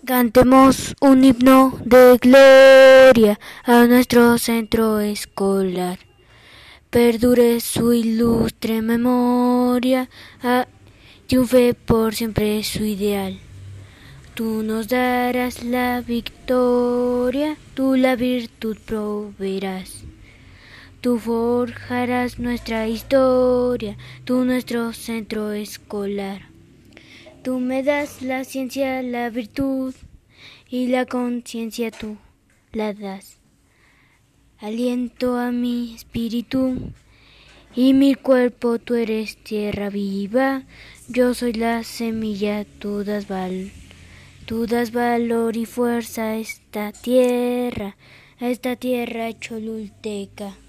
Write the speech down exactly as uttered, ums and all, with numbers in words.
Cantemos un himno de gloria a nuestro centro escolar. Perdure su ilustre memoria, a, triunfe por siempre su ideal. Tú nos darás la victoria, tú la virtud proveerás. Tú forjarás nuestra historia, tú nuestro centro escolar. Tú me das la ciencia, la virtud y la conciencia tú la das. Aliento a mi espíritu y mi cuerpo, tú eres tierra viva. Yo soy la semilla, tú das val, tú das valor y fuerza a esta tierra, a esta tierra cholulteca.